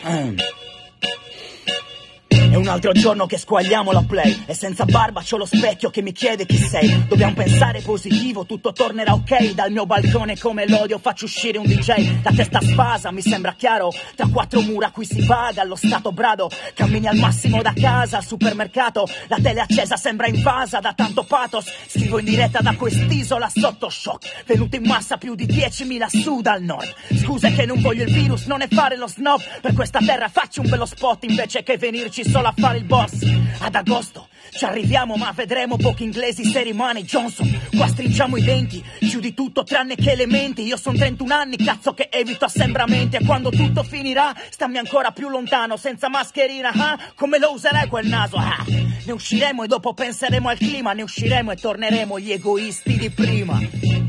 È un altro giorno che squagliamo la play e senza barba c'ho lo specchio che mi chiede chi sei. Dobbiamo pensare positivo, tutto tornerà ok. Dal mio balcone come l'odio faccio uscire un DJ. La testa spasa, mi sembra chiaro. Tra quattro mura qui si vaga allo stato brado. Cammini al massimo da casa al supermercato. La tele accesa sembra invasa da tanto pathos. Scrivo in diretta da quest'isola sotto shock. Venuto in massa più di 10.000 su dal nord. Scuse che non voglio il virus, non è fare lo snob. Per questa terra faccio un bello spot invece che venirci solo a fare il boss. Ad agosto ci arriviamo ma vedremo pochi inglesi seri mani Johnson. Qua stringiamo i denti, chiudi tutto tranne che elementi. Io son 31 anni, cazzo che evito assembramenti. E quando tutto finirà stammi ancora più lontano senza mascherina, come lo userai quel naso, Ne usciremo e dopo penseremo al clima. Ne usciremo e torneremo gli egoisti di prima.